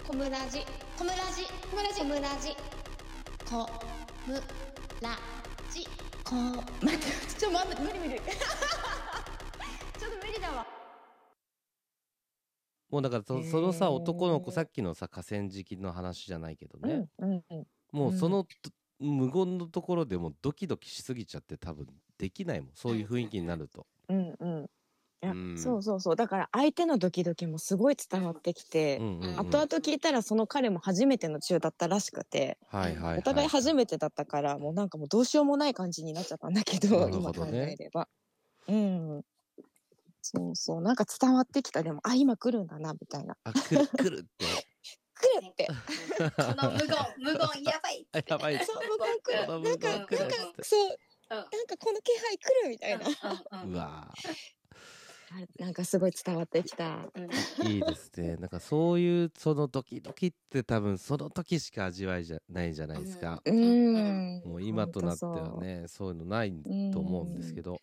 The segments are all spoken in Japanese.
コムラジコムラジコムラジコムラジコムラジコ待ってちょっと待って無理ちょっと無理だわ。 もうだからそのさ男の子さっきのさ河川敷の話じゃないけどね、もうその無言のところでもドキドキしすぎちゃって多分できないもん、そういう雰囲気になると。 いや、そうだから相手のドキドキもすごい伝わってきて、後々聞いたらその彼も初めてのチューだったらしくて、お互い初めてだったからもうなんかもうどうしようもない感じになっちゃったんだけど、今考えればそうなんか伝わってきた。でも今来るんだなみたいな。 来るって来るってこの無言やばいってやばい、 そう無言来る、なんかそうなんかこの気配来るみたいなうわなんかすごい伝わってきた。 いいですね。なんかそういうそのドキドキって多分その時しか味わいじゃないじゃないですか。もう今となってはね、そういうのないと思うんですけど。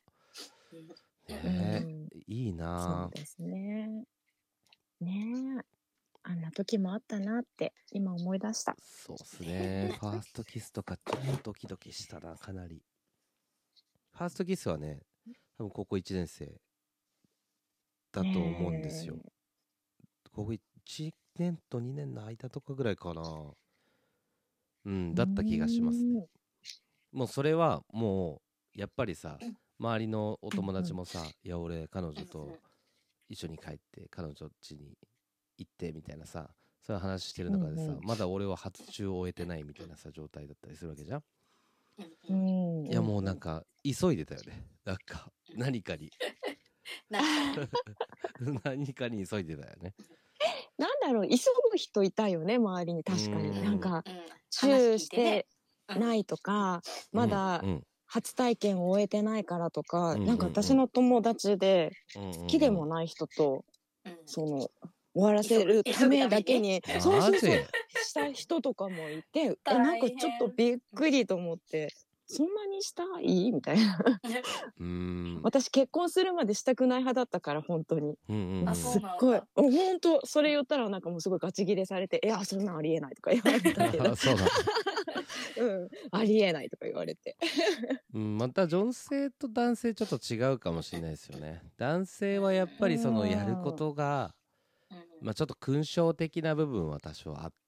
いいな。 そうですね。ねえ、あんな時もあったなって今思い出した。 そうですね。ファーストキスとかちょっとドキドキしたな、かなり。ファーストキスはね、多分高校1年生だと思うんですよ。高校1年と2年の間とかぐらいかな。だった気がしますね。もうそれはもうやっぱりさ、周りのお友達もさ、いや俺彼女と一緒に帰って彼女家に行ってみたいなさ、そういう話してる中でさ、まだ俺は初中を終えてないみたいなさ状態だったりするわけじゃん。いやもうなんか急いでたよね。なんか何かに何かに急いでたよね。 なんだろう、急ぐ人いたよね周りに。確かになんかチューしてないとか、まだ初体験を終えてないからとか、なんか私の友達で好きでもない人とその終わらせるためだけにそうした人とかもいて、なんかちょっとびっくりと思って、そんなにしたいみたいな私結婚するまでしたくない派だったから、本当にすっごい本当それ言ったらなんかもうすごいガチギレされて、そんなんありえないとか言われたけどありえないとか言われてまた女性と男性ちょっと違うかもしれないですよね。男性はやっぱりそのやることがちょっと勲章的な部分は多少あって、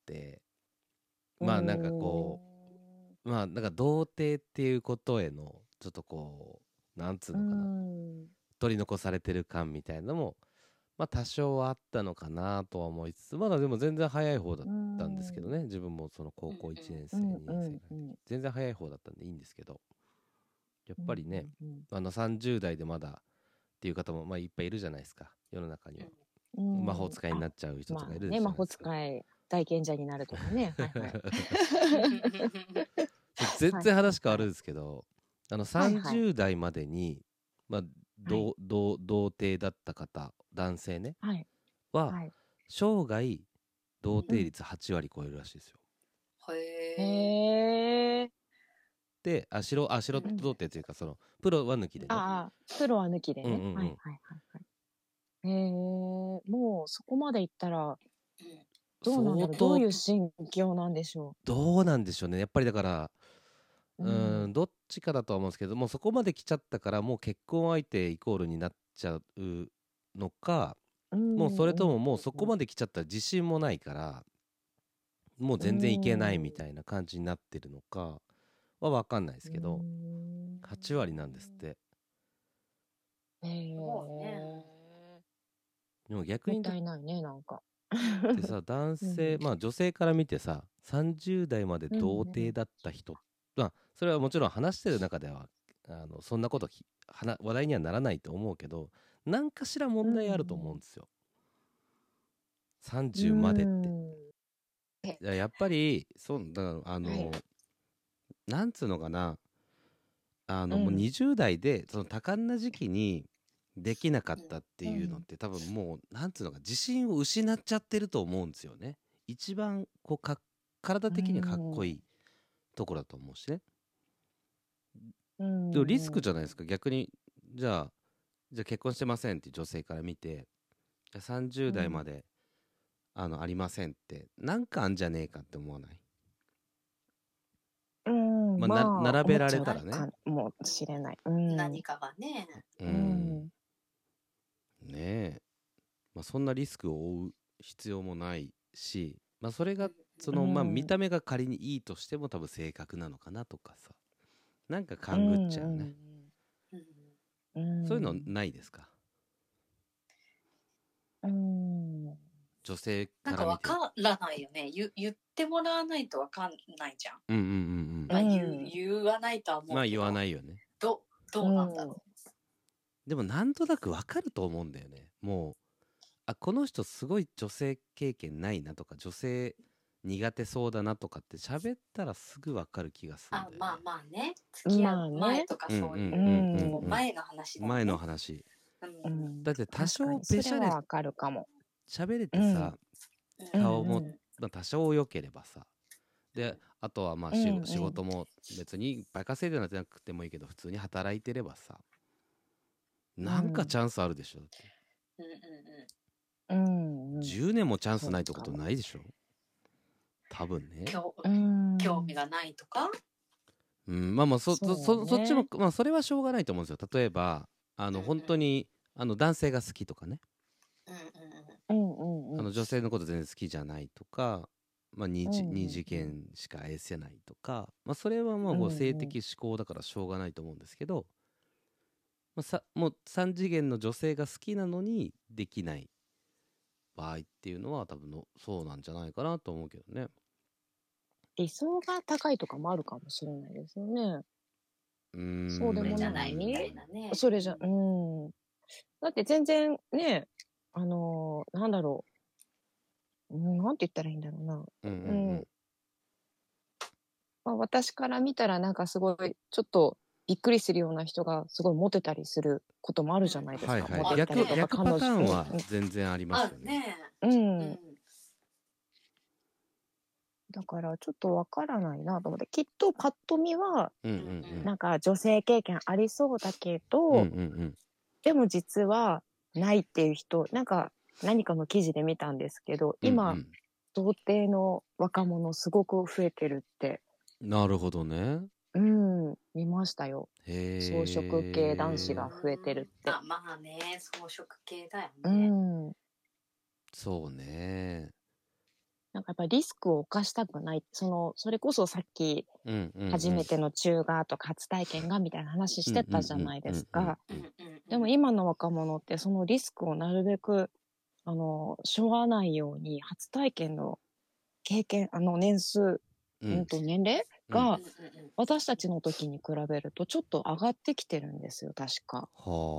なんかこうなんか童貞っていうことへのちょっとこうなんつうのかな、取り残されてる感みたいなのも多少はあったのかなとは思いつつ、まだでも全然早い方だったんですけどね。自分もその高校1年生2年生が全然早い方だったんでいいんですけど、やっぱりね、30代でまだっていう方もいっぱいいるじゃないですか、世の中には。魔法使いになっちゃう人とかいるじゃないですか。 魔法使い大賢者になるとかね全然話変わるんですけど、30代までに、童貞だった方、男性ね、は生涯童貞率8割超えるらしいですよ。 へえ。 で、素人童貞っていうか、そのプロは抜きでね。 プロは抜きでね。へえ。もうそこまでいったらどうなんだろう、どういう心境なんでしょう。 どうなんでしょうね。やっぱりだからどっちかだとは思うんですけども、そこまで来ちゃったからもう結婚相手イコールになっちゃうのか、もうそれとももうそこまで来ちゃったら自信もないからもう全然いけないみたいな感じになってるのかは分かんないですけど、8割なんですって。でも逆にもったいないね、なんかでさ、男性女性から見てさ、30代まで童貞だった人、それはもちろん話してる中ではそんなこと話題にはならないと思うけど、何かしら問題あると思うんですよ、30までって。やっぱりそうだからなんつうのかな、もう20代でその多感な時期にできなかったっていうのって、多分もうなんつうのか、自信を失っちゃってると思うんですよね。一番こう体的にはかっこいいところだと思うしね。でもリスクじゃないですか、逆に。じゃあ結婚してませんって女性から見て、30代までありませんってなんかあんじゃねえかって思わない？まあ、並べられたらねかもしれない、 何かがね。 ねえ、まあ、そんなリスクを負う必要もないし、まあ、それがまあ、見た目が仮にいいとしても多分正確なのかなとかさ、なんか勘ぐっちゃうね。そういうのないですか？女性から見て。 なんか分からないよね。言ってもらわないと分かんないじゃん。まあ言わないとは思うけど。 まあ言わないよね。 どうなんだろう。 でもなんとなく分かると思うんだよね。もうこの人すごい女性経験ないなとか、女性苦手そうだなとかって喋ったらすぐ分かる気がするんだよね。 まあね、付き合う前とかそういう前の話だね。 前の話。だって多少べしゃれ喋れてさ、顔も多少良ければさ、であとはまあ仕事も別にいっぱい稼いでなくてもいいけど普通に働いてればさ、なんかチャンスあるでしょ。10年もチャンスないってことないでしょ多分ね。 興味がないとか、 まあまあそっちもまあそれはしょうがないと思うんですよ。例えば本当に男性が好きとかね、女性のこと全然好きじゃないとか、まあ、二次元しか愛せないとか、まあ、それはまあ性的指向だからしょうがないと思うんですけど、まあ、もう3次元の女性が好きなのにできない場合っていうのは多分そうなんじゃないかなと思うけどね。 理想が高いとかもあるかもしれないですよね。そうでもないみたいなね。それじゃだって全然ね、なんだろう、なんて言ったらいいんだろうな。まあ、私から見たらなんかすごいちょっとびっくりするような人がすごいモテたりすることもあるじゃないですか。 逆パターンは全然ありますよね。 だからちょっとわからないなと思って、きっとパッと見はなんか女性経験ありそうだけど、でも実はないっていう人、なんか何かの記事で見たんですけど、今童貞の若者すごく増えてるって。 なるほどね。 見ましたよ。草食系男子が増えてるって。 まあね、草食系だよね。 そうね。 なんかやっぱりリスクを冒したくない。それこそさっき初めての中がとか初体験がみたいな話してたじゃないですか。でも今の若者ってそのリスクをなるべくしょわないように初体験の経験年数、年齢が私たちの時に比べるとちょっと上がってきてるんですよ、確か。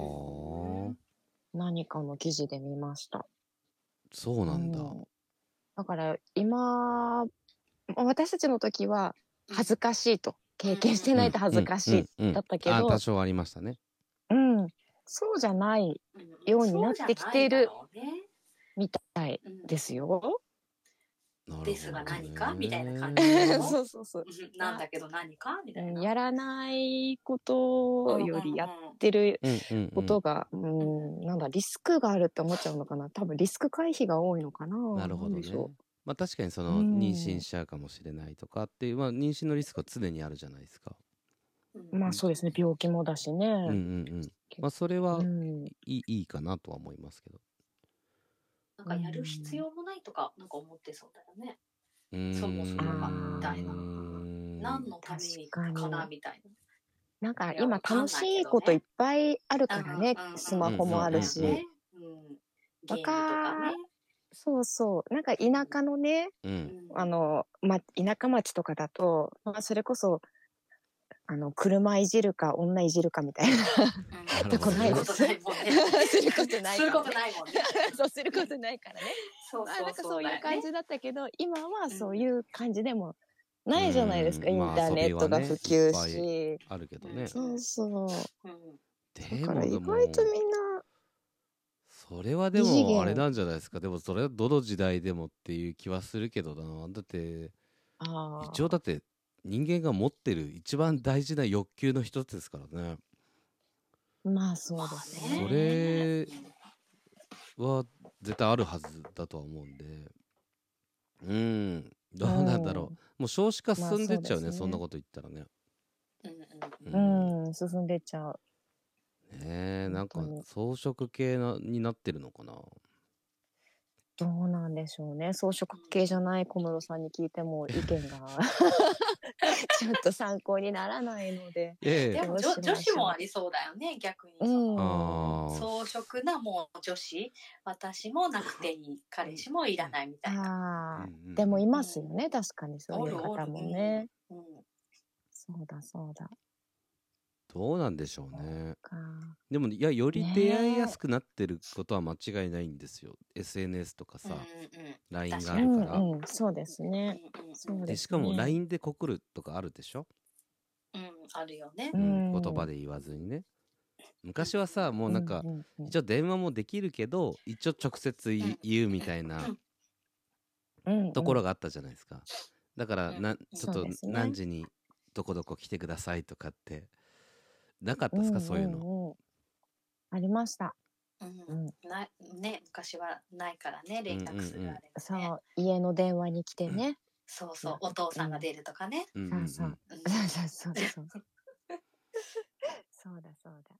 何かの記事で見ました。 そうなんだ。 だから今私たちの時は恥ずかしいと、経験してないと恥ずかしいだったけど、 多少ありましたね。 そうじゃないようになってきているみたいですよ。 ですが何かみたいな感じでそうなんだけど何かみたいな、 やらないことよりやってることがなんだリスクがあるって思っちゃうのかな。多分リスク回避が多いのかな。 なるほどね。まあ確かに妊娠しちゃうかもしれないとかっていう、まあ妊娠のリスクは常にあるじゃないですか。 まあそうですね、病気もだしね。 まあそれはいいかなとは思いますけど。 なんかやる必要もないとかなんか思ってそうだよね。そもそもがみたいな。何のためにかなみたいな。 なんか今楽しいこといっぱいあるからね。スマホもあるし。 ゲームとかね。 そうなんか田舎のね、田舎町とかだと、まあ、それこそ車いじるか女いじるかみたいなとこないです。することないもんね。そうすることないからね。なんかそういう感じだったけど、今はそういう感じでもないじゃないですか。インターネットが普及し、 あるけどね。 そう。 だから意外とみんなそれはでもあれなんじゃないですか。でもそれはどの時代でもっていう気はするけどな。だって一応だって人間が持ってる一番大事な欲求の一つですからね。 まあそうですね。 それは絶対あるはずだとは思うんで。 どうなんだろう。もう少子化進んでっちゃうね、そんなこと言ったらね。 進んでっちゃう。 なんか装飾系になってるのかな。 どうなんでしょうね。装飾系じゃない小室さんに聞いても意見がちょっと参考にならないので。 でも女子もありそうだよね、逆に。装飾なもう女子、私もなくていい、彼氏もいらないみたいな。 でもいますよね、確かにそういう方もね。そうだそうだ。 どうなんでしょうね。でもいや、より出会いやすくなってることは間違いないんですよ。SNS とかさ、LINE があるから。 そうですね。 でしかも LINE で告るとかあるでしょ。 あるよね。 言葉で言わずにね。昔はさ、もうなんか一応電話もできるけど一応直接言うみたいなところがあったじゃないですか。だからちょっと何時にどこどこ来てくださいとかってなかったですか、そういうの。 ありました。 ね、昔はないからね、連絡するあれがね。 そう、家の電話に来てね。 そうそう、お父さんが出るとかね。 そうそう。そうだそうだ。